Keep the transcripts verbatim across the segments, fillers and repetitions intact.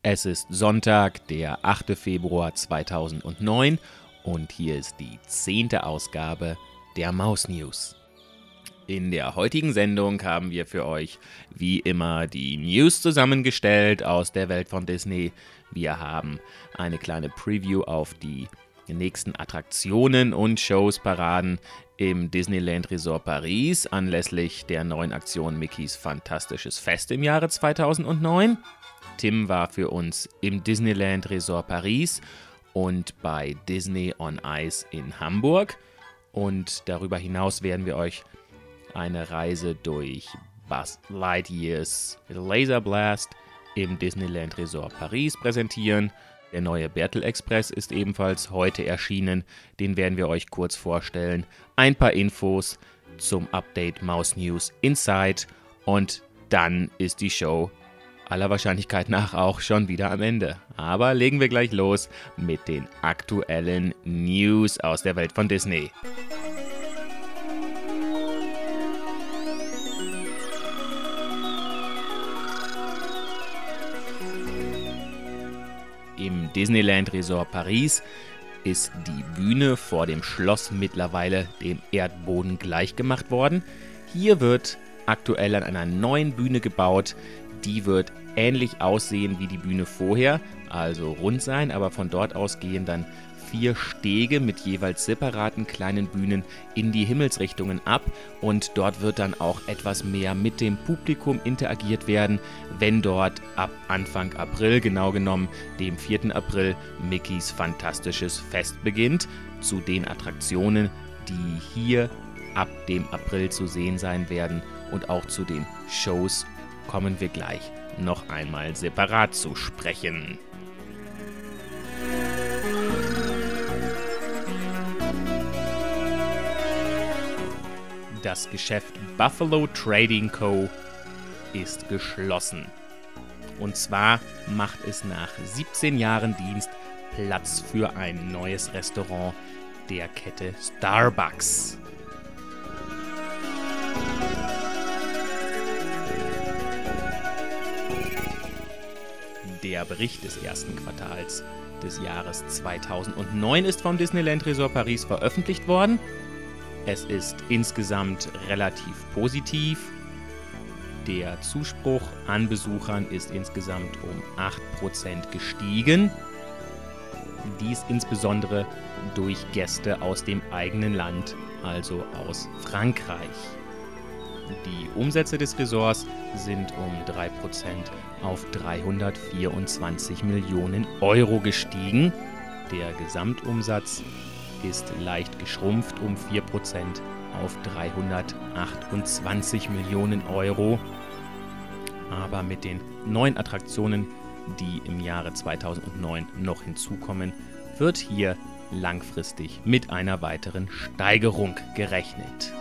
Es ist Sonntag, der achte Februar zweitausendneun und hier ist die zehnte Ausgabe der Maus News. In der heutigen Sendung haben wir für euch wie immer die News zusammengestellt aus der Welt von Disney. Wir haben eine kleine Preview auf die nächsten Attraktionen und Shows paraden im Disneyland Resort Paris anlässlich der neuen Aktion Mickeys Fantastisches Fest im Jahre zweitausendneun. Tim war für uns im Disneyland Resort Paris und bei Disney on Ice in Hamburg. Und darüber hinaus werden wir euch eine Reise durch Buzz Lightyears Laser Blast im Disneyland Resort Paris präsentieren. Der neue Bertel Express ist ebenfalls heute erschienen. Den werden wir euch kurz vorstellen. Ein paar Infos zum Update Maus News Inside und dann ist die Show aller Wahrscheinlichkeit nach auch schon wieder am Ende. Aber legen wir gleich los mit den aktuellen News aus der Welt von Disney. Im Disneyland Resort Paris ist die Bühne vor dem Schloss mittlerweile dem Erdboden gleichgemacht worden. Hier wird aktuell an einer neuen Bühne gebaut. Die wird ähnlich aussehen wie die Bühne vorher, also rund sein, aber von dort aus gehen dann vier Stege mit jeweils separaten kleinen Bühnen in die Himmelsrichtungen ab und dort wird dann auch etwas mehr mit dem Publikum interagiert werden, wenn dort ab Anfang April, genau genommen dem vierten April, Mickeys Fantastisches Fest beginnt. Zu den Attraktionen, die hier ab dem April zu sehen sein werden und auch zu den Shows kommen wir gleich noch einmal separat zu sprechen. Das Geschäft Buffalo Trading Co. ist geschlossen. Und zwar macht es nach siebzehn Jahren Dienst Platz für ein neues Restaurant der Kette Starbucks. Der Bericht des ersten Quartals des Jahres zweitausendneun ist vom Disneyland Resort Paris veröffentlicht worden. Es ist insgesamt relativ positiv. Der Zuspruch an Besuchern ist insgesamt um acht Prozent gestiegen. Dies insbesondere durch Gäste aus dem eigenen Land, also aus Frankreich. Die Umsätze des Resorts sind um drei Prozent auf dreihundertvierundzwanzig Millionen Euro gestiegen. Der Gesamtumsatz ist leicht geschrumpft um vier Prozent auf dreihundertachtundzwanzig Millionen Euro. Aber mit den neuen Attraktionen, die im Jahre zweitausendneun noch hinzukommen, wird hier langfristig mit einer weiteren Steigerung gerechnet.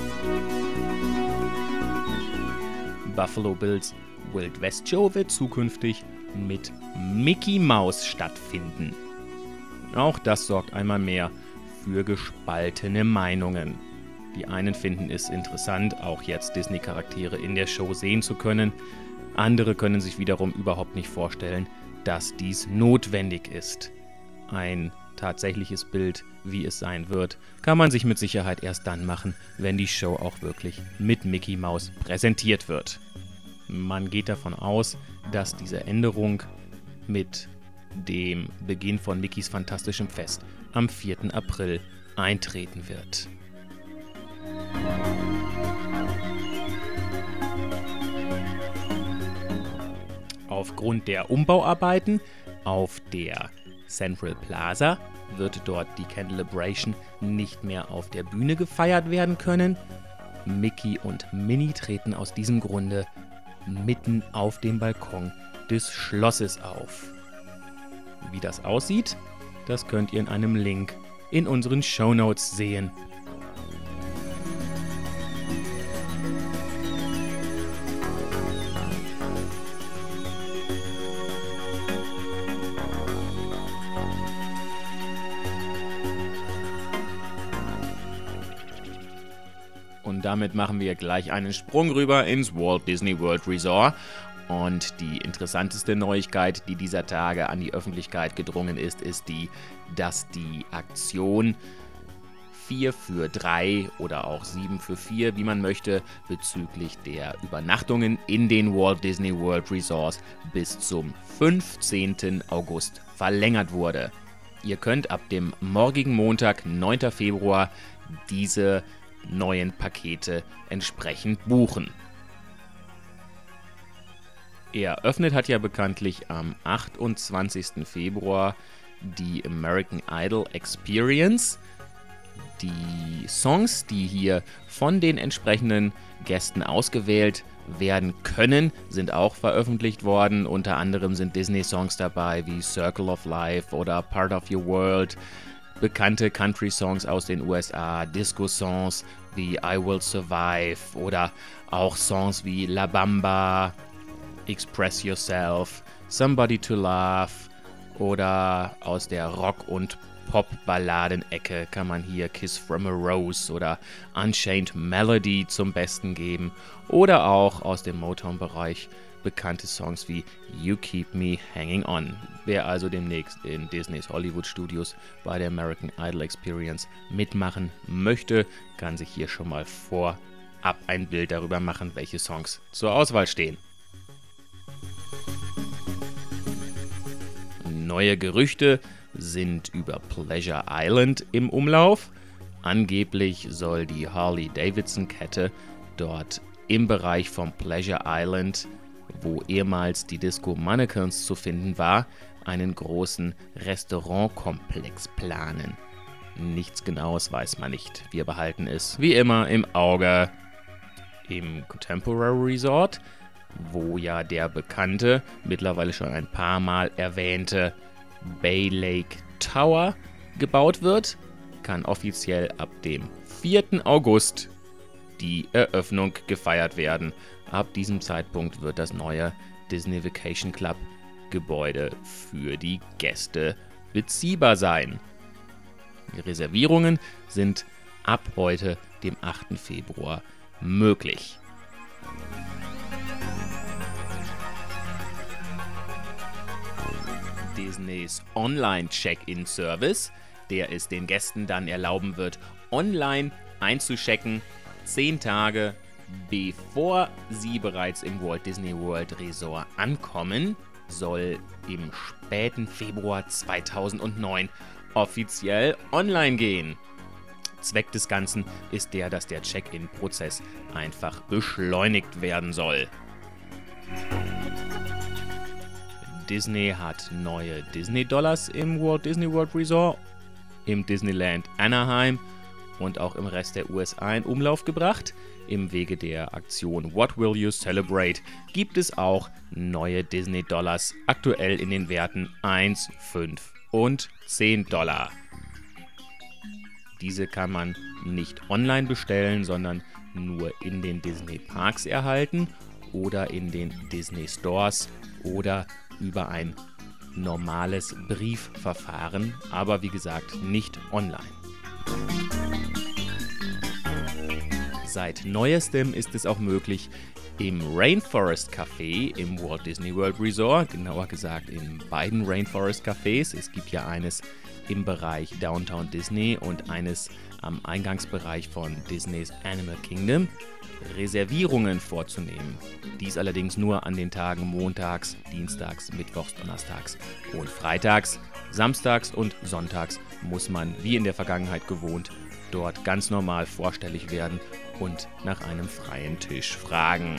Buffalo Bills Wild West Show wird zukünftig mit Mickey Mouse stattfinden. Auch das sorgt einmal mehr für gespaltene Meinungen. Die einen finden es interessant, auch jetzt Disney-Charaktere in der Show sehen zu können. Andere können sich wiederum überhaupt nicht vorstellen, dass dies notwendig ist. Ein tatsächliches Bild, wie es sein wird, kann man sich mit Sicherheit erst dann machen, wenn die Show auch wirklich mit Mickey Mouse präsentiert wird. Man geht davon aus, dass diese Änderung mit dem Beginn von Mickeys Fantastischem Fest am vierten April eintreten wird. Aufgrund der Umbauarbeiten auf der Central Plaza wird dort die Candelabration nicht mehr auf der Bühne gefeiert werden können. Mickey und Minnie treten aus diesem Grunde mitten auf dem Balkon des Schlosses auf. Wie das aussieht, das könnt ihr in einem Link in unseren Shownotes sehen. Und damit machen wir gleich einen Sprung rüber ins Walt Disney World Resort Und die interessanteste Neuigkeit, die dieser Tage an die Öffentlichkeit gedrungen ist, ist die, dass die Aktion vier für drei oder auch sieben für vier, wie man möchte, bezüglich der Übernachtungen in den Walt Disney World Resorts bis zum fünfzehnten August verlängert wurde. Ihr könnt ab dem morgigen Montag, neunten Februar, diese neuen Pakete entsprechend buchen. Eröffnet hat ja bekanntlich am achtundzwanzigsten Februar die American Idol Experience. Die Songs, die hier von den entsprechenden Gästen ausgewählt werden können, sind auch veröffentlicht worden. Unter anderem sind Disney-Songs dabei wie Circle of Life oder Part of Your World, bekannte Country-Songs aus den U S A, Disco-Songs wie I Will Survive oder auch Songs wie La Bamba, Express Yourself, Somebody to Love oder aus der Rock- und Pop-Balladen-Ecke kann man hier Kiss from a Rose oder Unchained Melody zum Besten geben oder auch aus dem Motown-Bereich bekannte Songs wie You Keep Me Hanging On. Wer also demnächst in Disneys Hollywood Studios bei der American Idol Experience mitmachen möchte, kann sich hier schon mal vorab ein Bild darüber machen, welche Songs zur Auswahl stehen. Neue Gerüchte sind über Pleasure Island im Umlauf. Angeblich soll die Harley-Davidson-Kette dort im Bereich von Pleasure Island, wo ehemals die Disco Mannequins zu finden war, einen großen Restaurantkomplex planen. Nichts Genaues weiß man nicht. Wir behalten es wie immer im Auge. Im Contemporary Resort, wo ja der bekannte, mittlerweile schon ein paar Mal erwähnte Bay Lake Tower gebaut wird, kann offiziell ab dem vierten August die Eröffnung gefeiert werden. Ab diesem Zeitpunkt wird das neue Disney Vacation Club Gebäude für die Gäste beziehbar sein. Die Reservierungen sind ab heute, dem achten Februar, möglich. Disneys Online-Check-In-Service, der es den Gästen dann erlauben wird, online einzuchecken, zehn Tage bevor sie bereits im Walt Disney World Resort ankommen, soll im späten Februar zweitausendneun offiziell online gehen. Zweck des Ganzen ist der, dass der Check-In-Prozess einfach beschleunigt werden soll. Disney hat neue Disney-Dollars im Walt Disney World Resort, im Disneyland Anaheim und auch im Rest der U S A in Umlauf gebracht. Im Wege der Aktion What Will You Celebrate gibt es auch neue Disney-Dollars, aktuell in den Werten eins, fünf und zehn Dollar. Diese kann man nicht online bestellen, sondern nur in den Disney-Parks erhalten oder in den Disney-Stores oder über ein normales Briefverfahren, aber wie gesagt nicht online. Seit neuestem ist es auch möglich, im Rainforest Café im Walt Disney World Resort, genauer gesagt in beiden Rainforest Cafés, es gibt ja eines im Bereich Downtown Disney und eines am Eingangsbereich von Disneys Animal Kingdom, Reservierungen vorzunehmen. Dies allerdings nur an den Tagen montags, dienstags, mittwochs, donnerstags und freitags. Samstags und sonntags muss man, wie in der Vergangenheit gewohnt, dort ganz normal vorstellig werden und nach einem freien Tisch fragen.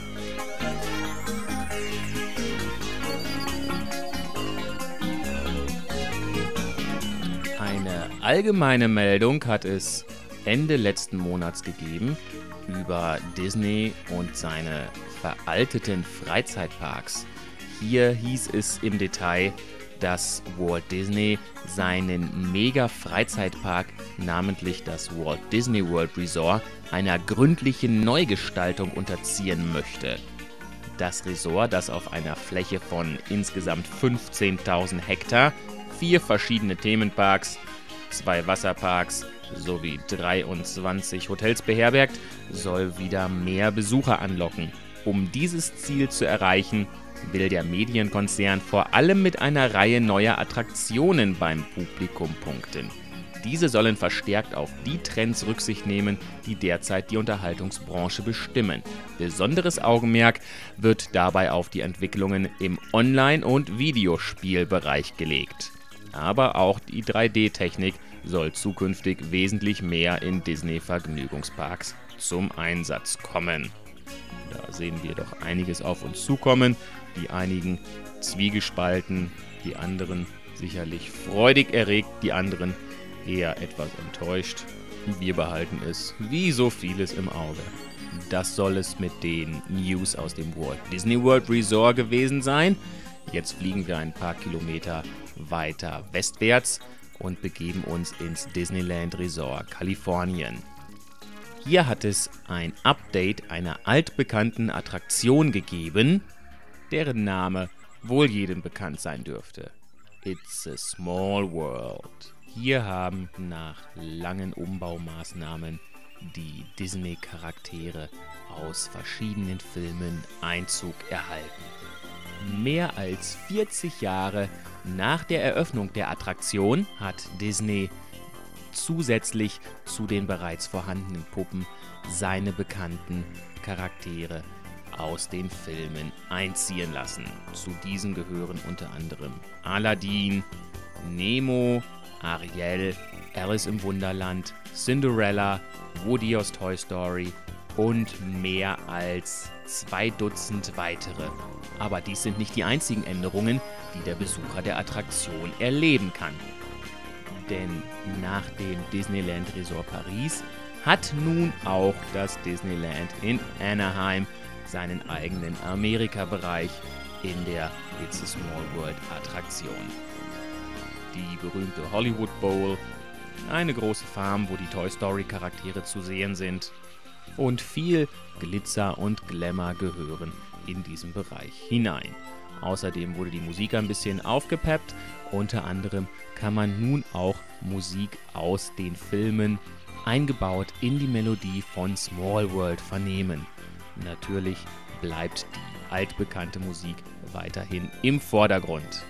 Eine allgemeine Meldung hat es Ende letzten Monats gegeben über Disney und seine veralteten Freizeitparks. Hier hieß es im Detail, dass Walt Disney seinen Mega-Freizeitpark, namentlich das Walt Disney World Resort, einer gründlichen Neugestaltung unterziehen möchte. Das Resort, das auf einer Fläche von insgesamt fünfzehntausend Hektar, vier verschiedene Themenparks, zwei Wasserparks sowie dreiundzwanzig Hotels beherbergt, soll wieder mehr Besucher anlocken Um dieses Ziel zu erreichen, will der Medienkonzern vor allem mit einer Reihe neuer Attraktionen beim Publikum punkten. Diese sollen verstärkt auf die Trends Rücksicht nehmen, die derzeit die Unterhaltungsbranche bestimmen. Besonderes Augenmerk wird dabei auf die Entwicklungen im Online- und Videospielbereich gelegt. Aber auch die drei D-Technik soll zukünftig wesentlich mehr in Disney-Vergnügungsparks zum Einsatz kommen. Da sehen wir doch einiges auf uns zukommen, die einigen zwiegespalten, die anderen sicherlich freudig erregt, die anderen eher etwas enttäuscht. Wir behalten es wie so vieles im Auge. Das soll es mit den News aus dem Walt Disney World Resort gewesen sein. Jetzt fliegen wir ein paar Kilometer weiter westwärts und begeben uns ins Disneyland Resort Kalifornien. Hier hat es ein Update einer altbekannten Attraktion gegeben, deren Name wohl jedem bekannt sein dürfte. It's a Small World. Hier haben nach langen Umbaumaßnahmen die Disney-Charaktere aus verschiedenen Filmen Einzug erhalten. Mehr als vierzig Jahre nach der Eröffnung der Attraktion hat Disney zusätzlich zu den bereits vorhandenen Puppen seine bekannten Charaktere aus den Filmen einziehen lassen. Zu diesen gehören unter anderem Aladdin, Nemo, Ariel, Alice im Wunderland, Cinderella, Woody aus Toy Story und mehr als zwei Dutzend weitere. Aber dies sind nicht die einzigen Änderungen, die der Besucher der Attraktion erleben kann. Denn nach dem Disneyland Resort Paris hat nun auch das Disneyland in Anaheim seinen eigenen Amerika-Bereich in der It's a Small World Attraktion. Die berühmte Hollywood Bowl, eine große Farm, wo die Toy Story Charaktere zu sehen sind, und viel Glitzer und Glamour gehören in diesen Bereich hinein. Außerdem wurde die Musik ein bisschen aufgepeppt. Unter anderem kann man nun auch Musik aus den Filmen eingebaut in die Melodie von Small World vernehmen. Natürlich bleibt die altbekannte Musik weiterhin im Vordergrund.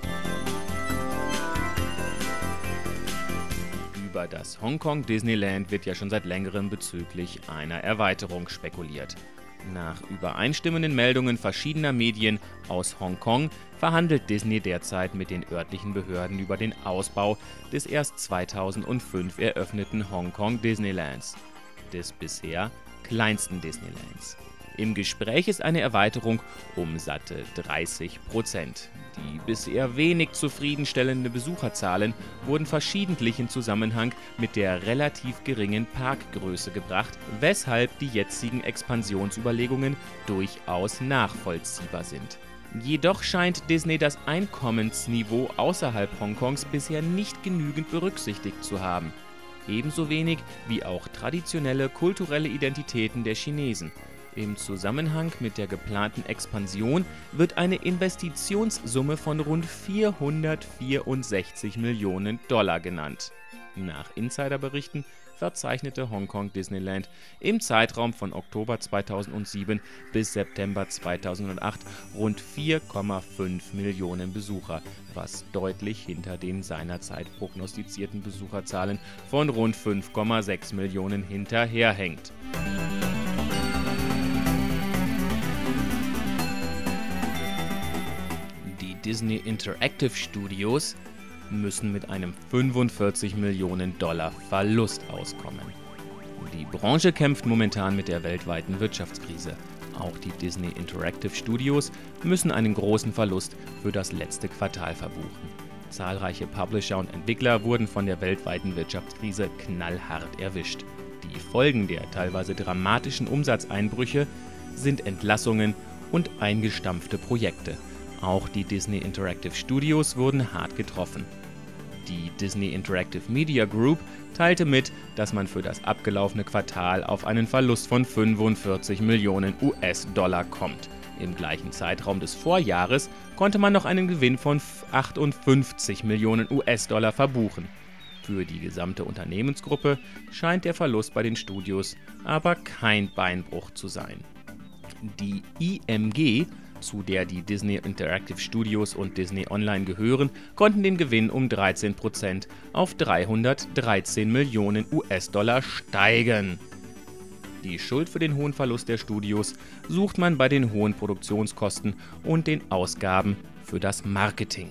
Über das Hongkong Disneyland wird ja schon seit längerem bezüglich einer Erweiterung spekuliert. Nach übereinstimmenden Meldungen verschiedener Medien aus Hongkong verhandelt Disney derzeit mit den örtlichen Behörden über den Ausbau des erst zweitausendfünf eröffneten Hongkong Disneylands, des bisher kleinsten Disneylands. Im Gespräch ist eine Erweiterung um satte dreißig Prozent. Die bisher wenig zufriedenstellende Besucherzahlen wurden verschiedentlich in Zusammenhang mit der relativ geringen Parkgröße gebracht, weshalb die jetzigen Expansionsüberlegungen durchaus nachvollziehbar sind. Jedoch scheint Disney das Einkommensniveau außerhalb Hongkongs bisher nicht genügend berücksichtigt zu haben. Ebenso wenig wie auch traditionelle kulturelle Identitäten der Chinesen. Im Zusammenhang mit der geplanten Expansion wird eine Investitionssumme von rund vierhundertvierundsechzig Millionen Dollar genannt. Nach Insiderberichten verzeichnete Hongkong Disneyland im Zeitraum von Oktober zweitausendsieben bis September zweitausendacht rund vier Komma fünf Millionen Besucher, was deutlich hinter den seinerzeit prognostizierten Besucherzahlen von rund fünf Komma sechs Millionen hinterherhängt. Disney Interactive Studios müssen mit einem fünfundvierzig Millionen Dollar Verlust auskommen. Die Branche kämpft momentan mit der weltweiten Wirtschaftskrise. Auch die Disney Interactive Studios müssen einen großen Verlust für das letzte Quartal verbuchen. Zahlreiche Publisher und Entwickler wurden von der weltweiten Wirtschaftskrise knallhart erwischt. Die Folgen der teilweise dramatischen Umsatzeinbrüche sind Entlassungen und eingestampfte Projekte. Auch die Disney Interactive Studios wurden hart getroffen. Die Disney Interactive Media Group teilte mit, dass man für das abgelaufene Quartal auf einen Verlust von fünfundvierzig Millionen U S-Dollar kommt. Im gleichen Zeitraum des Vorjahres konnte man noch einen Gewinn von achtundfünfzig Millionen U S-Dollar verbuchen. Für die gesamte Unternehmensgruppe scheint der Verlust bei den Studios aber kein Beinbruch zu sein. Die I M G, zu der die Disney Interactive Studios und Disney Online gehören, konnten den Gewinn um dreizehn Prozent auf dreihundertdreizehn Millionen U S-Dollar steigern. Die Schuld für den hohen Verlust der Studios sucht man bei den hohen Produktionskosten und den Ausgaben für das Marketing.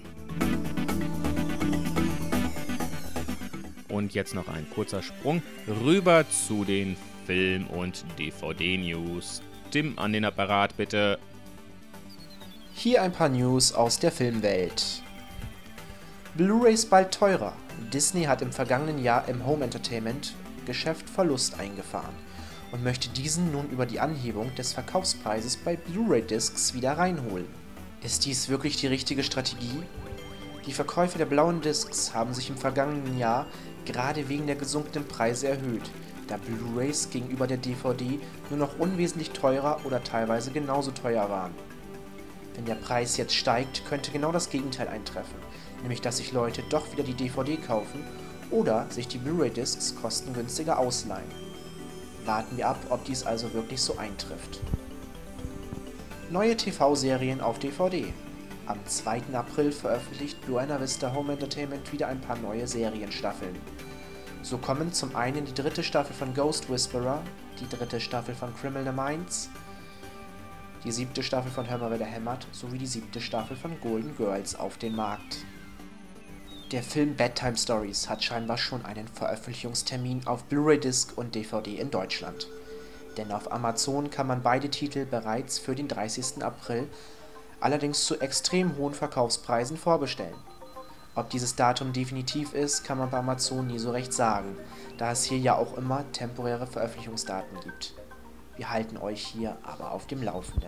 Und jetzt noch ein kurzer Sprung rüber zu den Film- und D V D-News. Tim, an den Apparat bitte. Hier ein paar News aus der Filmwelt. Blu-rays bald teurer. Disney hat im vergangenen Jahr im Home Entertainment Geschäft Verlust eingefahren und möchte diesen nun über die Anhebung des Verkaufspreises bei Blu-ray-Discs wieder reinholen. Ist dies wirklich die richtige Strategie? Die Verkäufe der blauen Discs haben sich im vergangenen Jahr gerade wegen der gesunkenen Preise erhöht, da Blu-rays gegenüber der D V D nur noch unwesentlich teurer oder teilweise genauso teuer waren. Wenn der Preis jetzt steigt, könnte genau das Gegenteil eintreffen, nämlich dass sich Leute doch wieder die D V D kaufen oder sich die Blu-ray-Discs kostengünstiger ausleihen. Warten wir ab, ob dies also wirklich so eintrifft. Neue T V-Serien auf D V D. Am zweiten April veröffentlicht Buena Vista Home Entertainment wieder ein paar neue Serienstaffeln. So kommen zum einen die dritte Staffel von Ghost Whisperer, die dritte Staffel von Criminal Minds, die siebte Staffel von Hör mal, wer da hämmert sowie die siebte Staffel von Golden Girls auf den Markt. Der Film Bedtime Stories hat scheinbar schon einen Veröffentlichungstermin auf Blu-ray-Disc und D V D in Deutschland. Denn auf Amazon kann man beide Titel bereits für den dreißigsten April, allerdings zu extrem hohen Verkaufspreisen, vorbestellen. Ob dieses Datum definitiv ist, kann man bei Amazon nie so recht sagen, da es hier ja auch immer temporäre Veröffentlichungsdaten gibt. Wir halten euch hier aber auf dem Laufenden.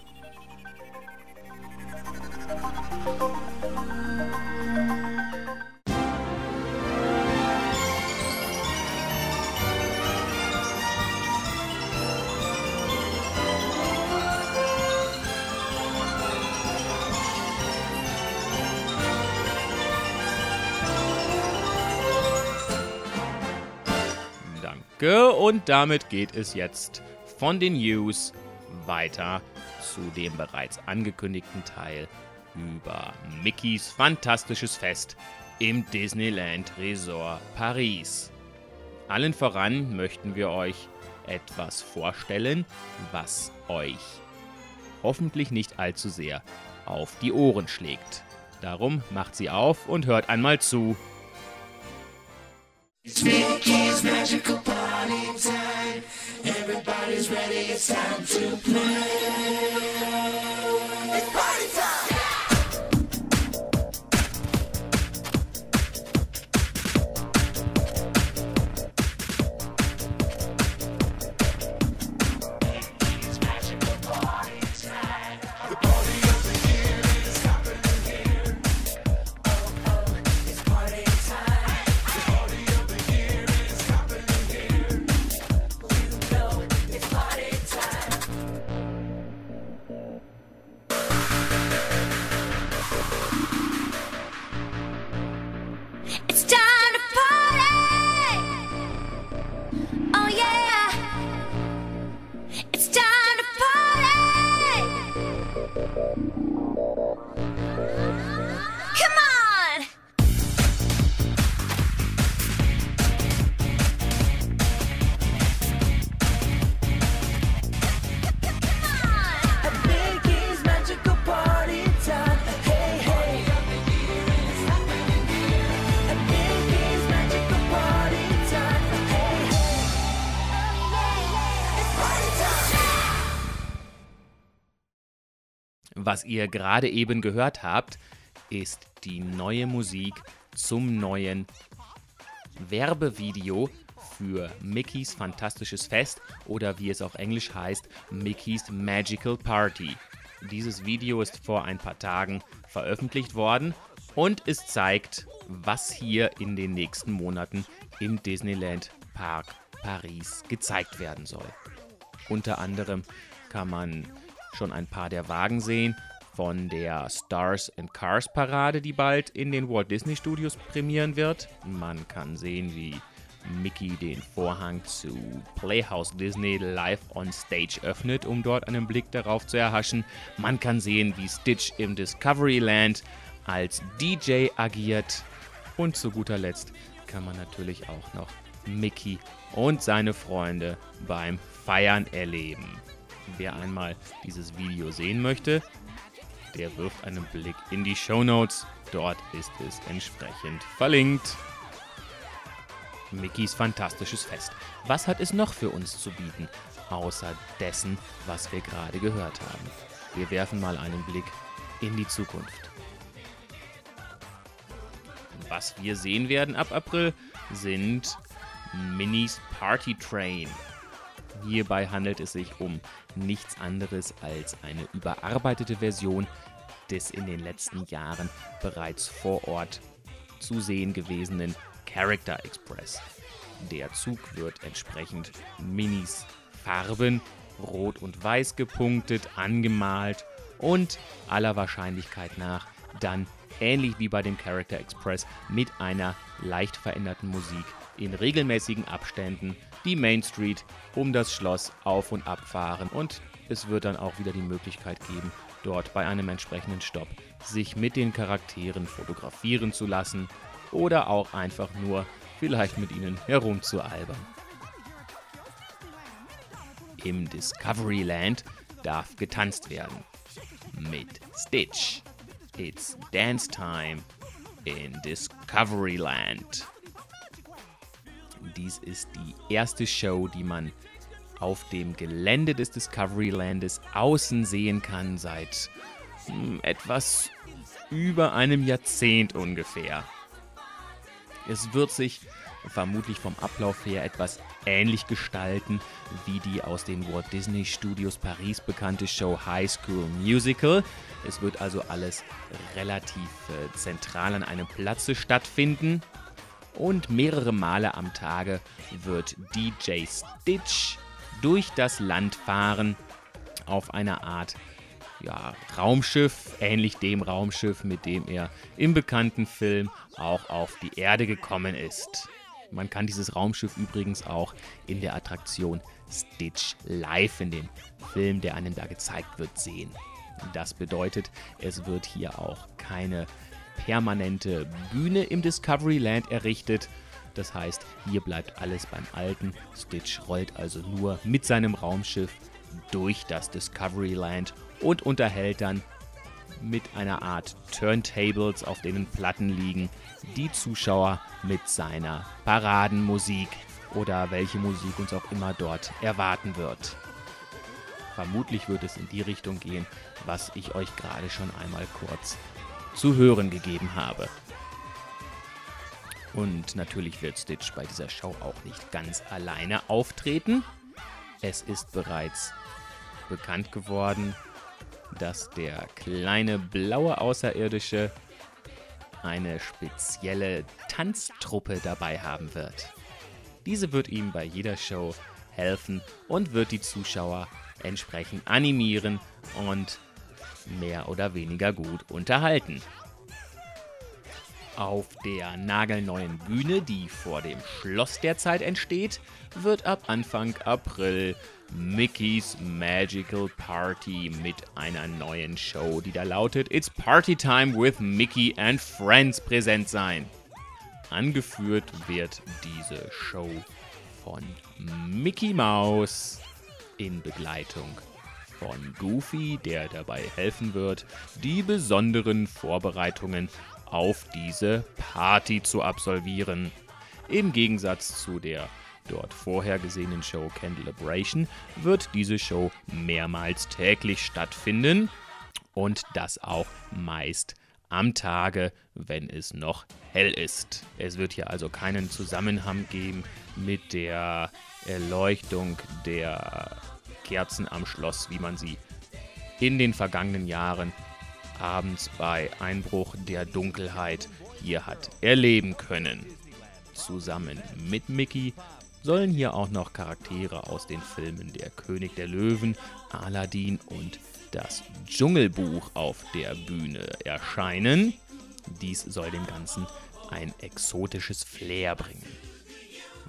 Und damit geht es jetzt von den News weiter zu dem bereits angekündigten Teil über Mickeys fantastisches Fest im Disneyland Resort Paris. Allen voran möchten wir euch etwas vorstellen, was euch hoffentlich nicht allzu sehr auf die Ohren schlägt. Darum macht sie auf und hört einmal zu. It's Mickey's magical party time. Everybody's ready, it's time to play. It's party time! Mickey's magical party time. The party of the year is happening here. Oh, oh, it's party time. The party of the year is happening here. You know it's party time. It's time to party! Oh yeah! It's time to party! Come on! Come on! Mickey's magical party time. Hey, hey. At Mickey's magical party time. Hey, hey. It's party time. Was ihr gerade eben gehört habt, ist die neue Musik zum neuen Werbevideo für Mickeys fantastisches Fest oder wie es auch englisch heißt, Mickeys Magical Party. Dieses Video ist vor ein paar Tagen veröffentlicht worden und es zeigt, was hier in den nächsten Monaten im Disneyland Park Paris gezeigt werden soll. Unter anderem kann man schon ein paar der Wagen sehen von der Stars and Cars Parade, die bald in den Walt Disney Studios premieren wird. Man kann sehen, wie Mickey den Vorhang zu Playhouse Disney live on stage öffnet, um dort einen Blick darauf zu erhaschen. Man kann sehen, wie Stitch im Discoveryland als D J agiert. Und zu guter Letzt kann man natürlich auch noch Mickey und seine Freunde beim Feiern erleben. Wer einmal dieses Video sehen möchte, der wirft einen Blick in die Shownotes. Dort ist es entsprechend verlinkt. Mickeys fantastisches Fest. Was hat es noch für uns zu bieten, außer dessen, was wir gerade gehört haben? Wir werfen mal einen Blick in die Zukunft. Was wir sehen werden ab April, sind Minis Party Train. Hierbei handelt es sich um nichts anderes als eine überarbeitete Version des in den letzten Jahren bereits vor Ort zu sehen gewesenen Character Express. Der Zug wird entsprechend Minis Farben, rot und weiß gepunktet, angemalt und aller Wahrscheinlichkeit nach dann ähnlich wie bei dem Character Express mit einer leicht veränderten Musik in regelmäßigen Abständen die Main Street um das Schloss auf und abfahren und es wird dann auch wieder die Möglichkeit geben, dort bei einem entsprechenden Stopp sich mit den Charakteren fotografieren zu lassen oder auch einfach nur vielleicht mit ihnen herumzualbern. Im Discoveryland darf getanzt werden. Mit Stitch. It's Dance Time in Discoveryland. Dies ist die erste Show, die man auf dem Gelände des Discoverylandes außen sehen kann seit hm, etwas über einem Jahrzehnt ungefähr. Es wird sich vermutlich vom Ablauf her etwas ähnlich gestalten wie die aus den Walt Disney Studios Paris bekannte Show High School Musical. Es wird also alles relativ äh, zentral an einem Platze stattfinden und mehrere Male am Tage wird D J Stitch durch das Land fahren auf einer Art ja, Raumschiff, ähnlich dem Raumschiff, mit dem er im bekannten Film auch auf die Erde gekommen ist. Man kann dieses Raumschiff übrigens auch in der Attraktion Stitch Live in dem Film, der einem da gezeigt wird, sehen. Das bedeutet, es wird hier auch keine permanente Bühne im Discoveryland errichtet. Das heißt, hier bleibt alles beim Alten. Stitch rollt also nur mit seinem Raumschiff durch das Discoveryland und unterhält dann mit einer Art Turntables, auf denen Platten liegen, die Zuschauer mit seiner Paradenmusik oder welche Musik uns auch immer dort erwarten wird. Vermutlich wird es in die Richtung gehen, was ich euch gerade schon einmal kurz zu hören gegeben habe. Und natürlich wird Stitch bei dieser Show auch nicht ganz alleine auftreten. Es ist bereits bekannt geworden, dass der kleine blaue Außerirdische eine spezielle Tanztruppe dabei haben wird. Diese wird ihm bei jeder Show helfen und wird die Zuschauer entsprechend animieren und mehr oder weniger gut unterhalten. Auf der nagelneuen Bühne, die vor dem Schloss derzeit entsteht, wird ab Anfang April Mickey's Magical Party mit einer neuen Show, die da lautet It's Party Time with Mickey and Friends präsent sein. Angeführt wird diese Show von Mickey Mouse in Begleitung von Goofy, der dabei helfen wird, die besonderen Vorbereitungen auf diese Party zu absolvieren. Im Gegensatz zu der dort vorher gesehenen Show Candelabration wird diese Show mehrmals täglich stattfinden und das auch meist am Tage, wenn es noch hell ist. Es wird hier also keinen Zusammenhang geben mit der Erleuchtung der Kerzen am Schloss, wie man sie in den vergangenen Jahren abends bei Einbruch der Dunkelheit hier hat erleben können. Zusammen mit Mickey sollen hier auch noch Charaktere aus den Filmen Der König der Löwen, Aladdin und Das Dschungelbuch auf der Bühne erscheinen. Dies soll dem Ganzen ein exotisches Flair bringen.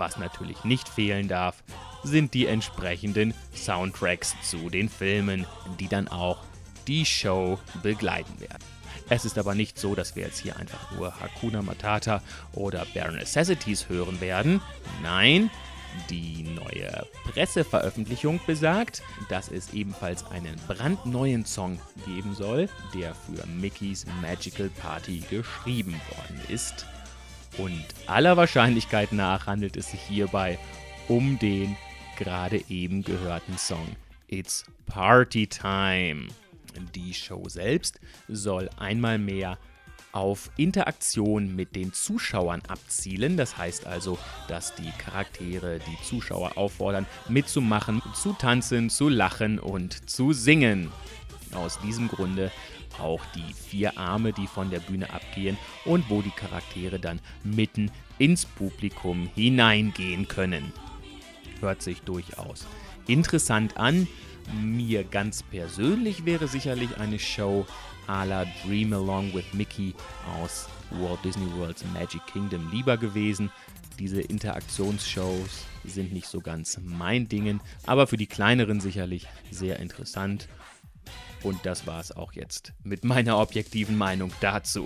Was natürlich nicht fehlen darf, sind die entsprechenden Soundtracks zu den Filmen, die dann auch die Show begleiten werden. Es ist aber nicht so, dass wir jetzt hier einfach nur Hakuna Matata oder Bare Necessities hören werden. Nein, die neue Presseveröffentlichung besagt, dass es ebenfalls einen brandneuen Song geben soll, der für Mickey's Magical Party geschrieben worden ist. Und aller Wahrscheinlichkeit nach handelt es sich hierbei um den gerade eben gehörten Song It's Party Time. Die Show selbst soll einmal mehr auf Interaktion mit den Zuschauern abzielen. Das heißt also, dass die Charaktere die Zuschauer auffordern, mitzumachen, zu tanzen, zu lachen und zu singen. Aus diesem Grunde auch die vier Arme, die von der Bühne abgehen und wo die Charaktere dann mitten ins Publikum hineingehen können. Hört sich durchaus interessant an. Mir ganz persönlich wäre sicherlich eine Show à la Dream Along with Mickey aus Walt Disney World's Magic Kingdom lieber gewesen. Diese Interaktionsshows sind nicht so ganz mein Dingen, aber für die kleineren sicherlich sehr interessant. Und das war es auch jetzt mit meiner objektiven Meinung dazu.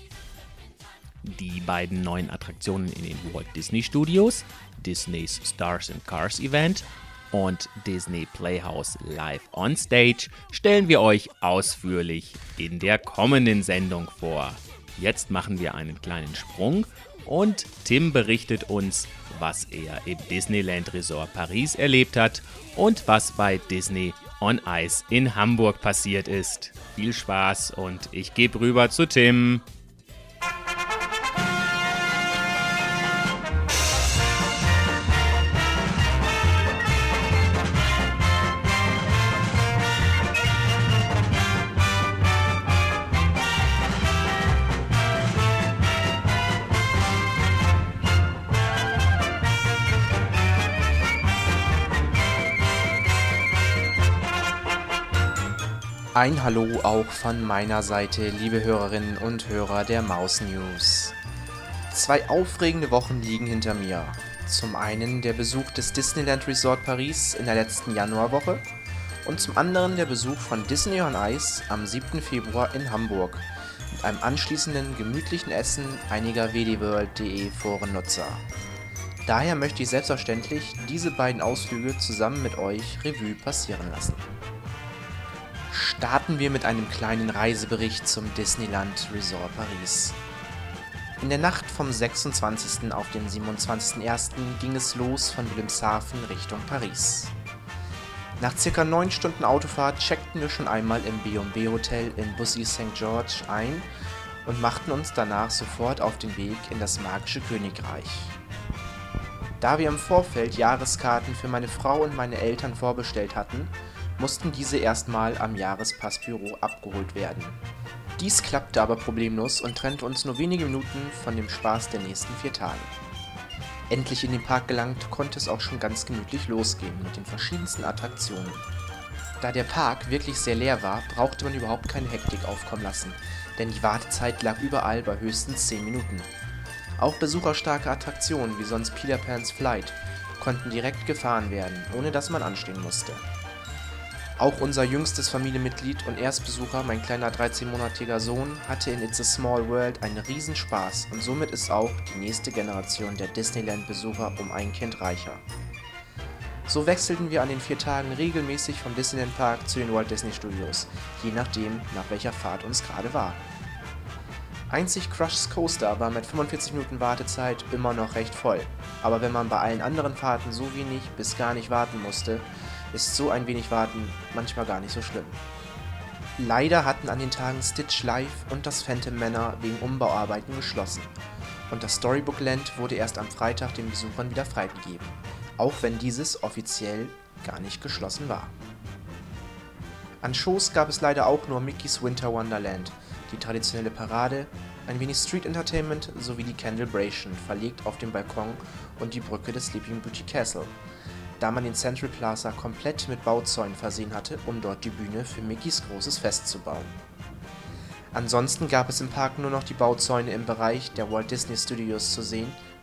Die beiden neuen Attraktionen in den Walt Disney Studios, Disney's Stars and Cars Event und Disney Playhouse Live on Stage, stellen wir euch ausführlich in der kommenden Sendung vor. Jetzt machen wir einen kleinen Sprung und Tim berichtet uns, was er im Disneyland Resort Paris erlebt hat und was bei Disney on Ice in Hamburg passiert ist. Viel Spaß und ich gebe rüber zu Tim. Ein Hallo auch von meiner Seite, liebe Hörerinnen und Hörer der Maus News. Zwei aufregende Wochen liegen hinter mir. Zum einen der Besuch des Disneyland Resort Paris in der letzten Januarwoche und zum anderen der Besuch von Disney on Ice am siebten Februar in Hamburg mit einem anschließenden gemütlichen Essen einiger w d world punkt de Forennutzer. Daher möchte ich selbstverständlich diese beiden Ausflüge zusammen mit euch Revue passieren lassen. Starten wir mit einem kleinen Reisebericht zum Disneyland Resort Paris. In der Nacht vom sechsundzwanzigsten auf den siebenundzwanzigsten ersten ging es los von Wilhelmshaven Richtung Paris. Nach circa neun Stunden Autofahrt checkten wir schon einmal im B und B Hotel in Bussy Saint George ein und machten uns danach sofort auf den Weg in das magische Königreich. Da wir im Vorfeld Jahreskarten für meine Frau und meine Eltern vorbestellt hatten, mussten diese erstmal am Jahrespassbüro abgeholt werden. Dies klappte aber problemlos und trennte uns nur wenige Minuten von dem Spaß der nächsten vier Tage. Endlich in den Park gelangt, konnte es auch schon ganz gemütlich losgehen mit den verschiedensten Attraktionen. Da der Park wirklich sehr leer war, brauchte man überhaupt keine Hektik aufkommen lassen, denn die Wartezeit lag überall bei höchstens zehn Minuten. Auch besucherstarke Attraktionen wie sonst Peter Pan's Flight konnten direkt gefahren werden, ohne dass man anstehen musste. Auch unser jüngstes Familienmitglied und Erstbesucher, mein kleiner dreizehnmonatiger Sohn, hatte in It's a Small World einen Riesenspaß und somit ist auch die nächste Generation der Disneyland-Besucher um ein Kind reicher. So wechselten wir an den vier Tagen regelmäßig vom Disneyland Park zu den Walt Disney Studios, je nachdem, nach welcher Fahrt uns gerade war. Einzig Crush's Coaster war mit fünfundvierzig Minuten Wartezeit immer noch recht voll, aber wenn man bei allen anderen Fahrten so wenig bis gar nicht warten musste, ist so ein wenig Warten manchmal gar nicht so schlimm. Leider hatten an den Tagen Stitch Live und das Phantom Manor wegen Umbauarbeiten geschlossen und das Storybook Land wurde erst am Freitag den Besuchern wieder freigegeben, auch wenn dieses offiziell gar nicht geschlossen war. An Shows gab es leider auch nur Mickey's Winter Wonderland, die traditionelle Parade, ein wenig Street Entertainment sowie die Candlebration, verlegt auf dem Balkon und die Brücke des Sleeping Beauty Castle, da man den Central Plaza komplett mit Bauzäunen versehen hatte, um dort die Bühne für Mickeys großes Fest zu bauen. Ansonsten gab es im Park nur noch die Bauzäune im Bereich der Walt Disney Studios zu sehen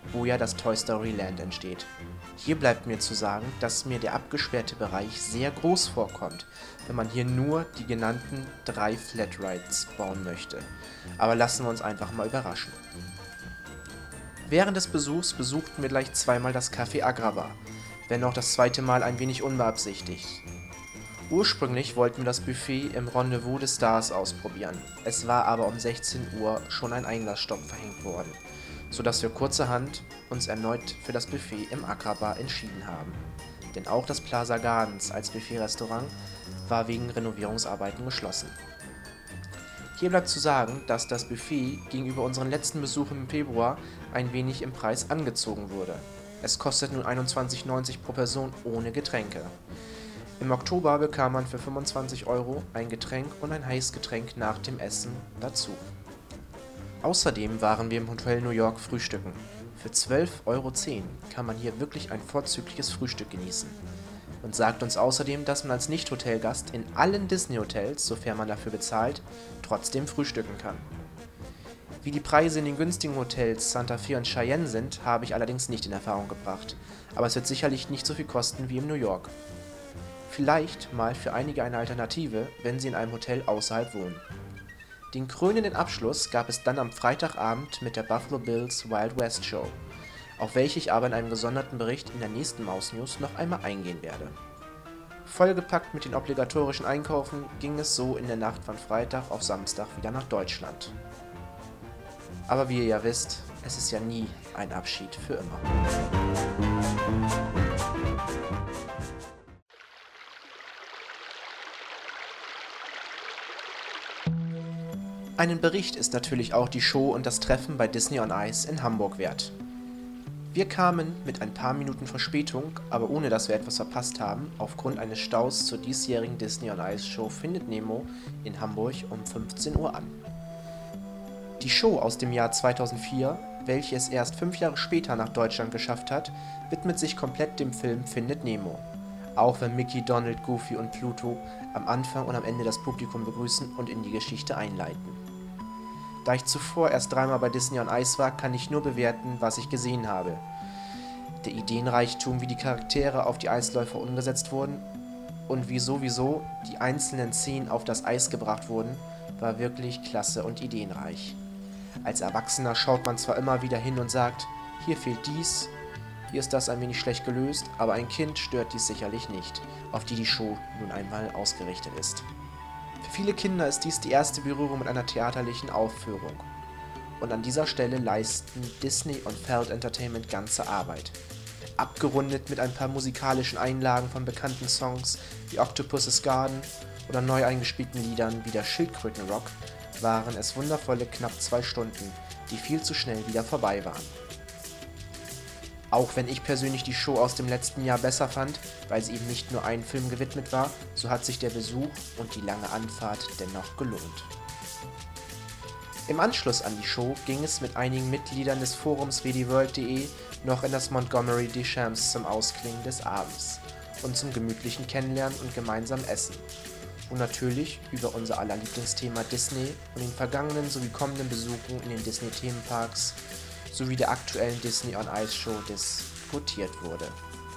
wo ja das Toy Story Land entsteht. Hier bleibt mir zu sagen, dass mir der abgesperrte Bereich sehr groß vorkommt, wenn man hier nur die genannten drei Flatrides bauen möchte. Aber lassen wir uns einfach mal überraschen. Während des Besuchs besuchten wir gleich zweimal das Café Agrabah, wenn auch das zweite Mal ein wenig unbeabsichtigt. Ursprünglich wollten wir das Buffet im Rendezvous des Stars ausprobieren, es war aber um sechzehn Uhr schon ein Einlassstopp verhängt worden, sodass wir kurzerhand uns erneut für das Buffet im Agrabah entschieden haben. Denn auch das Plaza Gardens als Buffet-Restaurant war wegen Renovierungsarbeiten geschlossen. Hier bleibt zu sagen, dass das Buffet gegenüber unseren letzten Besuch im Februar ein wenig im Preis angezogen wurde. Es kostet nun einundzwanzig neunzig pro Person ohne Getränke. Im Oktober bekam man für fünfundzwanzig Euro ein Getränk und ein Heißgetränk nach dem Essen dazu. Außerdem waren wir im Hotel New York frühstücken. Für zwölf Euro zehn kann man hier wirklich ein vorzügliches Frühstück genießen. Und sagt uns außerdem, dass man als Nicht-Hotelgast in allen Disney-Hotels, sofern man dafür bezahlt, trotzdem frühstücken kann. Wie die Preise in den günstigen Hotels Santa Fe und Cheyenne sind, habe ich allerdings nicht in Erfahrung gebracht, aber es wird sicherlich nicht so viel kosten wie in New York. Vielleicht mal für einige eine Alternative, wenn sie in einem Hotel außerhalb wohnen. Den krönenden Abschluss gab es dann am Freitagabend mit der Buffalo Bills Wild West Show, auf welche ich aber in einem gesonderten Bericht in der nächsten Maus News noch einmal eingehen werde. Vollgepackt mit den obligatorischen Einkaufen ging es so in der Nacht von Freitag auf Samstag wieder nach Deutschland. Aber wie ihr ja wisst, es ist ja nie ein Abschied für immer. Einen Bericht ist natürlich auch die Show und das Treffen bei Disney on Ice in Hamburg wert. Wir kamen mit ein paar Minuten Verspätung, aber ohne dass wir etwas verpasst haben, aufgrund eines Staus zur diesjährigen Disney on Ice Show Findet Nemo in Hamburg um fünfzehn Uhr an. Die Show aus dem Jahr zweitausendvier, welche es erst fünf Jahre später nach Deutschland geschafft hat, widmet sich komplett dem Film Findet Nemo. Auch wenn Mickey, Donald, Goofy und Pluto am Anfang und am Ende das Publikum begrüßen und in die Geschichte einleiten. Da ich zuvor erst dreimal bei Disney on Ice war, kann ich nur bewerten, was ich gesehen habe. Der Ideenreichtum, wie die Charaktere auf die Eisläufer umgesetzt wurden und wie sowieso die einzelnen Szenen auf das Eis gebracht wurden, war wirklich klasse und ideenreich. Als Erwachsener schaut man zwar immer wieder hin und sagt, hier fehlt dies, hier ist das ein wenig schlecht gelöst, aber ein Kind stört dies sicherlich nicht, auf die die Show nun einmal ausgerichtet ist. Für viele Kinder ist dies die erste Berührung mit einer theaterlichen Aufführung. Und an dieser Stelle leisten Disney und Feld Entertainment ganze Arbeit. Abgerundet mit ein paar musikalischen Einlagen von bekannten Songs wie Octopus's Garden oder neu eingespielten Liedern wie der Schildkrötenrock, waren es wundervolle knapp zwei Stunden, die viel zu schnell wieder vorbei waren. Auch wenn ich persönlich die Show aus dem letzten Jahr besser fand, weil sie eben nicht nur einem Film gewidmet war, so hat sich der Besuch und die lange Anfahrt dennoch gelohnt. Im Anschluss an die Show ging es mit einigen Mitgliedern des Forums w d world punkt de noch in das Montgomery Deschamps zum Ausklingen des Abends und zum gemütlichen Kennenlernen und gemeinsamen Essen, wo natürlich über unser aller Lieblingsthema Disney und den vergangenen sowie kommenden Besuchen in den Disney-Themenparks sowie der aktuellen Disney on Ice Show diskutiert wurde.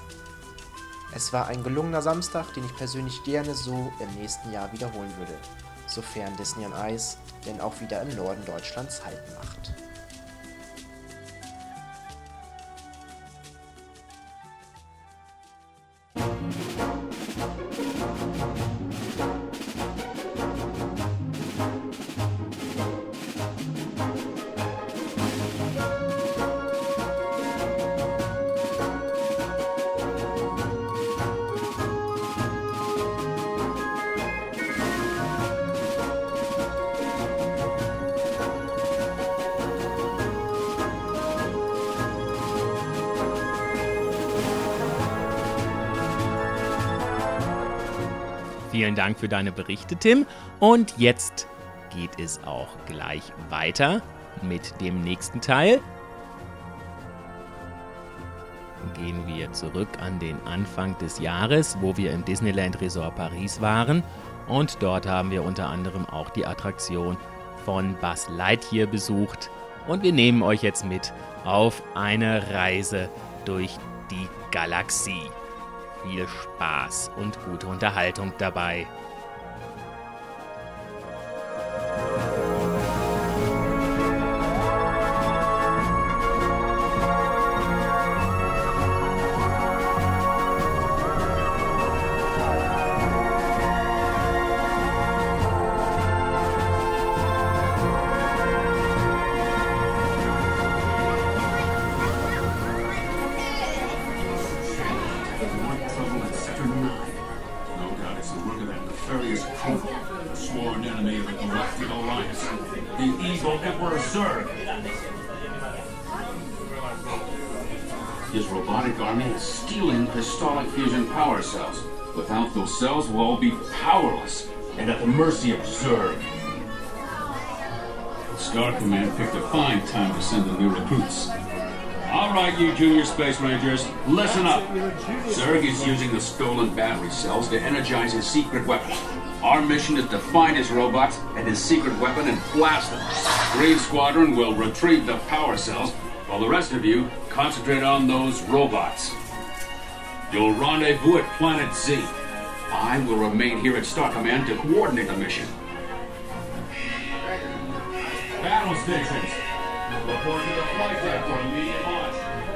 Es war ein gelungener Samstag, den ich persönlich gerne so im nächsten Jahr wiederholen würde, sofern Disney on Ice denn auch wieder im Norden Deutschlands Halt macht. Vielen Dank für deine Berichte, Tim. Und jetzt geht es auch gleich weiter mit dem nächsten Teil. Gehen wir zurück an den Anfang des Jahres, wo wir im Disneyland Resort Paris waren. Und dort haben wir unter anderem auch die Attraktion von Buzz Lightyear besucht. Und wir nehmen euch jetzt mit auf eine Reise durch die Galaxie. Viel Spaß und gute Unterhaltung dabei. His robotic army is stealing Histolic fusion power cells. Without those cells, we'll all be powerless and at the mercy of Zurg. Star Command picked a fine time to send the new recruits. All right, you Junior Space Rangers, listen up. Zurg is using the stolen battery cells to energize his secret weapon. Our mission is to find his robots and his secret weapon and blast them. Green Squadron will retrieve the power cells, while the rest of you concentrate on those robots. You'll rendezvous at Planet Z. I will remain here at Star Command to coordinate the mission. Battle stations, report to the flight deck for immediate launch.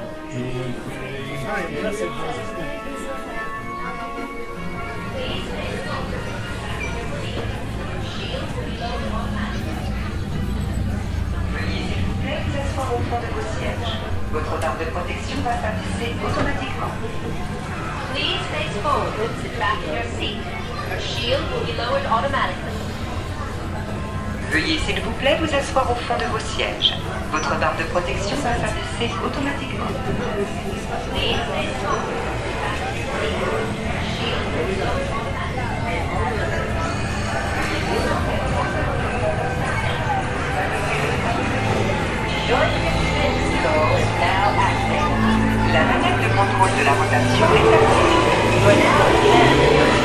Au fond de vos sièges. Votre barre de protection va s'afficher automatiquement. Please face forward and sit back in your seat. Your shield will be lowered automatically. Veuillez s'il vous plaît vous asseoir au fond de vos sièges. Votre barre de protection va s'afficher automatiquement. Please face forward and sit back in your seat. Your shield will be lowered automatically. Your control is now active. La manette de contrôle de la rotation est active. You are now in your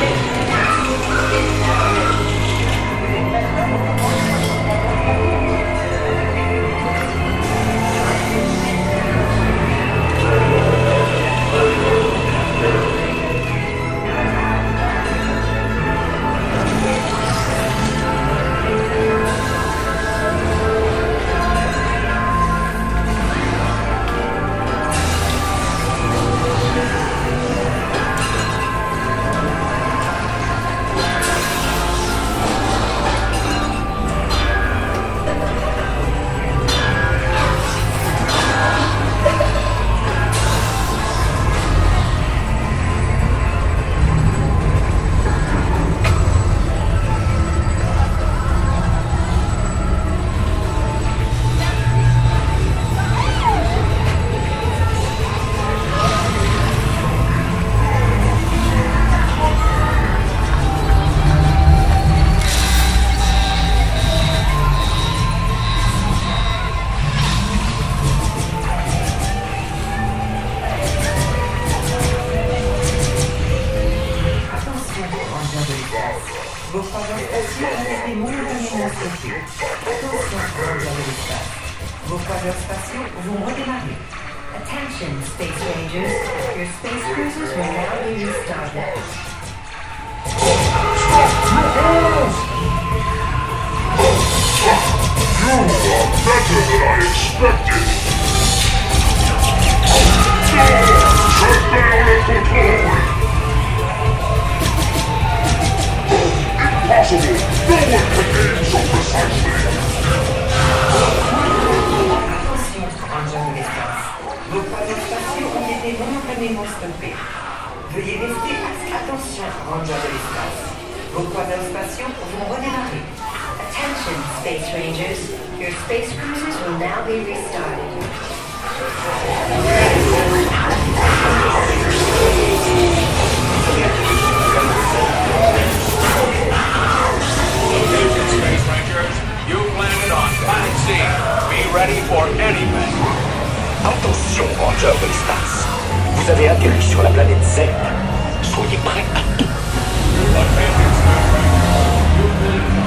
Attention, Space Rangers. Your space cruisers will now be restarted. You are better than I expected! Shut down and control! Impossible! No one can aim so precisely! Attention, Rangers de l'espace. Vos croiseurs spatiaux ont été momentanément stoppés. Veuillez rester à... Attention, Rangers de l'espace. Vos croiseurs spatiaux vont redémarrer. Attention, Space Rangers. Your space cruisers will now be restarted. Space Rangers, you landed on Planet Z. Be ready for anything. Attention, Ranger de l'espace. Vous avez atterri sur la planète Z. Soyez prêts à tout. Attention, Space Rangers. You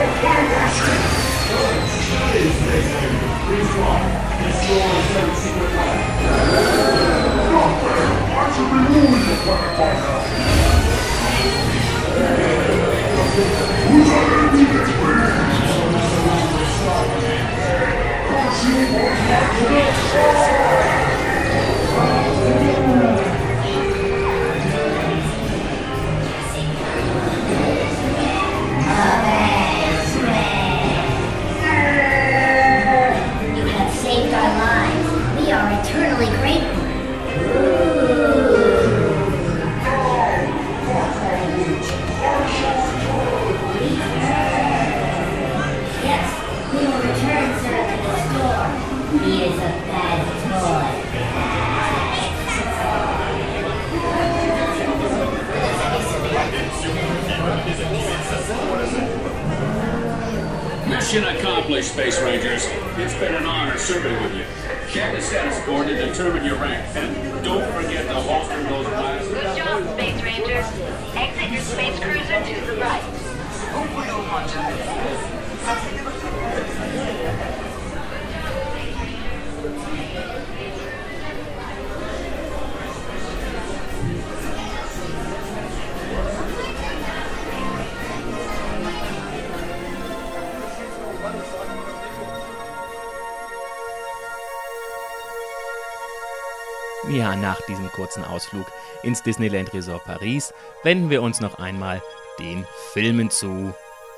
You have saved our lives. We are eternally grateful. Yes, we will return, sir, to the store. He is a bad toy. Mission accomplished, Space Rangers. It's been an honor serving with you. Check the status board to determine your rank, and don't forget to holster those blasters. Good job, Space Rangers. Exit your space cruiser to the right. Ja, nach diesem kurzen Ausflug ins Disneyland Resort Paris wenden wir uns noch einmal den Filmen zu.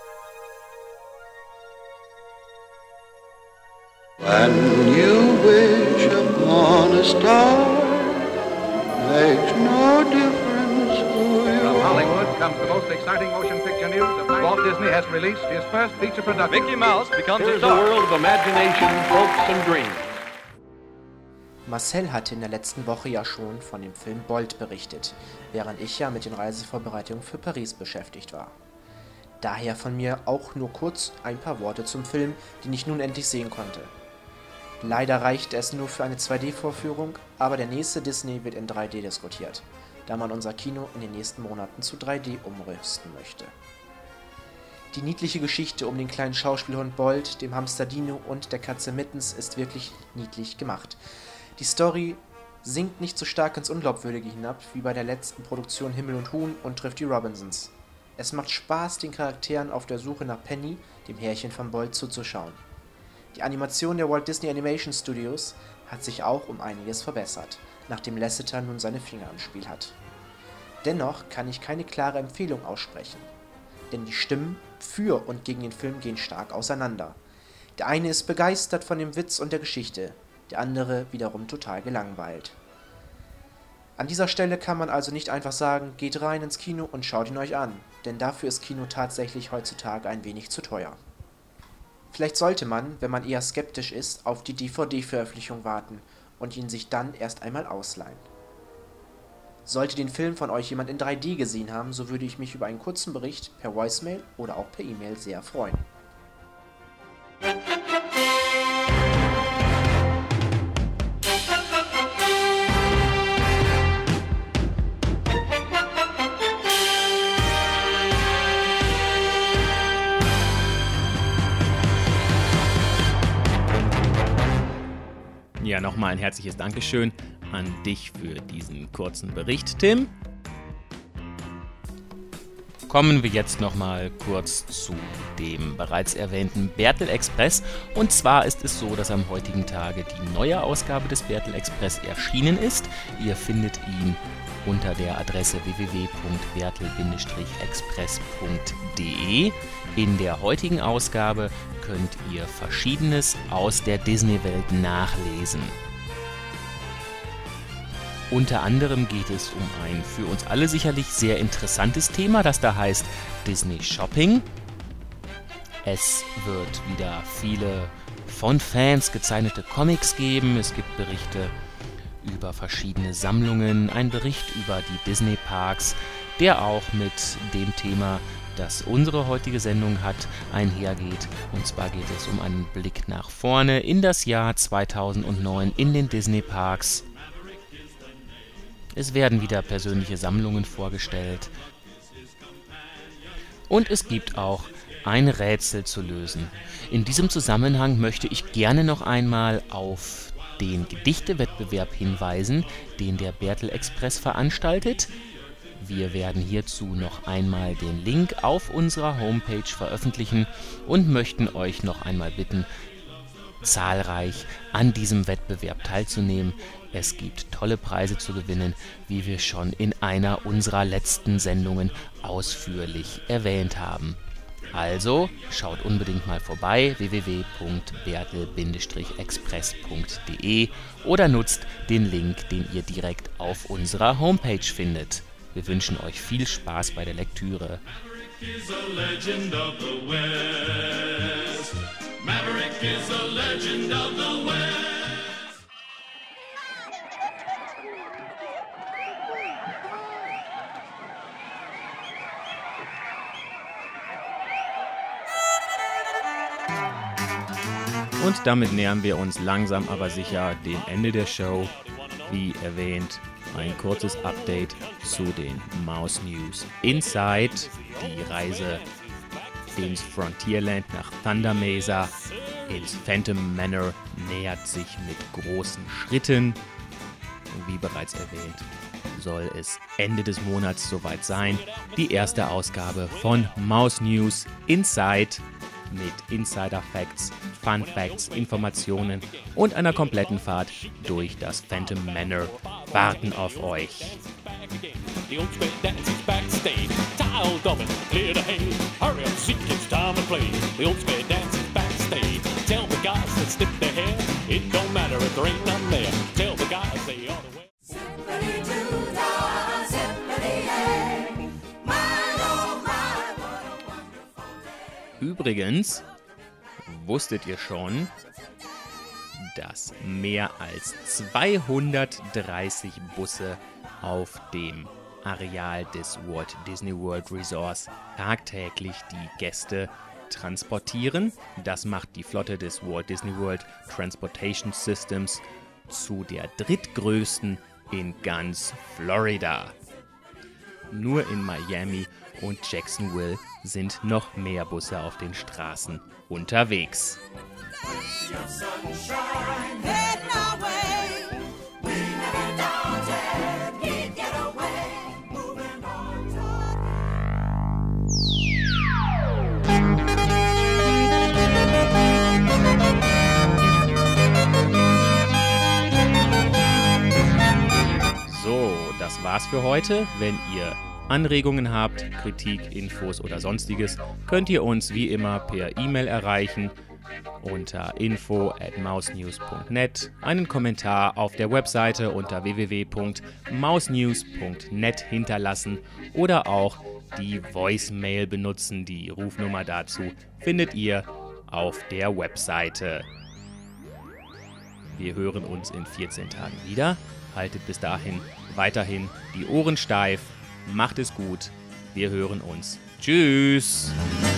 When you wish upon a star, makes no difference who you From are. Hollywood comes the most exciting motion picture news of night. Walt Disney has released his first feature production. Mickey Mouse becomes Here's a world of imagination, hopes and dreams. Marcel hatte in der letzten Woche ja schon von dem Film Bolt berichtet, während ich ja mit den Reisevorbereitungen für Paris beschäftigt war. Daher von mir auch nur kurz ein paar Worte zum Film, den ich nun endlich sehen konnte. Leider reichte es nur für eine zwei D-Vorführung, aber der nächste Disney wird in drei D diskutiert, da man unser Kino in den nächsten Monaten zu drei D umrüsten möchte. Die niedliche Geschichte um den kleinen Schauspielhund Bolt, dem Hamster Dino und der Katze Mittens ist wirklich niedlich gemacht. Die Story sinkt nicht so stark ins Unglaubwürdige hinab wie bei der letzten Produktion Himmel und Huhn und trifft die Robinsons. Es macht Spaß, den Charakteren auf der Suche nach Penny, dem Härchen von Bolt, zuzuschauen. Die Animation der Walt Disney Animation Studios hat sich auch um einiges verbessert, nachdem Lasseter nun seine Finger im Spiel hat. Dennoch kann ich keine klare Empfehlung aussprechen, denn die Stimmen für und gegen den Film gehen stark auseinander. Der eine ist begeistert von dem Witz und der Geschichte, der andere wiederum total gelangweilt. An dieser Stelle kann man also nicht einfach sagen, geht rein ins Kino und schaut ihn euch an, denn dafür ist Kino tatsächlich heutzutage ein wenig zu teuer. Vielleicht sollte man, wenn man eher skeptisch ist, auf die D V D-Veröffentlichung warten und ihn sich dann erst einmal ausleihen. Sollte den Film von euch jemand in drei D gesehen haben, so würde ich mich über einen kurzen Bericht per Voicemail oder auch per E-Mail sehr freuen. Ja, nochmal ein herzliches Dankeschön an dich für diesen kurzen Bericht, Tim. Kommen wir jetzt nochmal kurz zu dem bereits erwähnten Bertel Express. Und zwar ist es so, dass am heutigen Tage die neue Ausgabe des Bertel Express erschienen ist. Ihr findet ihn unter der Adresse w w w punkt bertel express punkt d e. In der heutigen Ausgabe könnt ihr Verschiedenes aus der Disney-Welt nachlesen. Unter anderem geht es um ein für uns alle sicherlich sehr interessantes Thema, das da heißt Disney Shopping. Es wird wieder viele von Fans gezeichnete Comics geben. Es gibt Berichte über verschiedene Sammlungen, ein Bericht über die Disney Parks, der auch mit dem Thema, das unsere heutige Sendung hat, einhergeht. Und zwar geht es um einen Blick nach vorne in das Jahr zweitausendneun in den Disney Parks. Es werden wieder persönliche Sammlungen vorgestellt. Und es gibt auch ein Rätsel zu lösen. In diesem Zusammenhang möchte ich gerne noch einmal auf den Gedichtewettbewerb hinweisen, den der Bertel Express veranstaltet. Wir werden hierzu noch einmal den Link auf unserer Homepage veröffentlichen und möchten euch noch einmal bitten, zahlreich an diesem Wettbewerb teilzunehmen. Es gibt tolle Preise zu gewinnen, wie wir schon in einer unserer letzten Sendungen ausführlich erwähnt haben. Also schaut unbedingt mal vorbei, w w w punkt bertel express punkt d e, oder nutzt den Link, den ihr direkt auf unserer Homepage findet. Wir wünschen euch viel Spaß bei der Lektüre. Is a legend of the West. Maverick is a legend of the West. Und damit nähern wir uns langsam aber sicher dem Ende der Show. Wie erwähnt, ein kurzes Update zu den Mouse News. Inside, die Reise ins Frontierland nach Thunder Mesa, ins Phantom Manor, nähert sich mit großen Schritten. Wie bereits erwähnt, soll es Ende des Monats soweit sein. Die erste Ausgabe von Mouse News Inside mit Insider Facts, Fun Facts, Informationen und einer kompletten Fahrt durch das Phantom Manor warten auf euch. The old square dance is backstage. Tiled oven, clear the hay. Hurry up, seek, it's time to play. The old square dance is backstage. Tell the guys that stick their hair. It don't matter if there ain't none there. Tell the guys they ought to wear. Symphony to the symphony, hey. My, oh my, what a wonderful day. Übrigens, wusstet ihr schon, dass mehr als zweihundertdreißig Busse auf dem Areal des Walt Disney World Resorts tagtäglich die Gäste transportieren? Das macht die Flotte des Walt Disney World Transportation Systems zu der drittgrößten in ganz Florida. Nur in Miami und Jacksonville sind noch mehr Busse auf den Straßen unterwegs. So, das war's für heute. Wenn ihr Anregungen habt, Kritik, Infos oder sonstiges, könnt ihr uns wie immer per E-Mail erreichen unter info at mousenews punkt net, einen Kommentar auf der Webseite unter w w w punkt mousenews punkt net hinterlassen oder auch die Voicemail benutzen. Die Rufnummer dazu findet ihr auf der Webseite. Wir hören uns in vierzehn Tagen wieder. Haltet bis dahin weiterhin die Ohren steif. Macht es gut. Wir hören uns. Tschüss.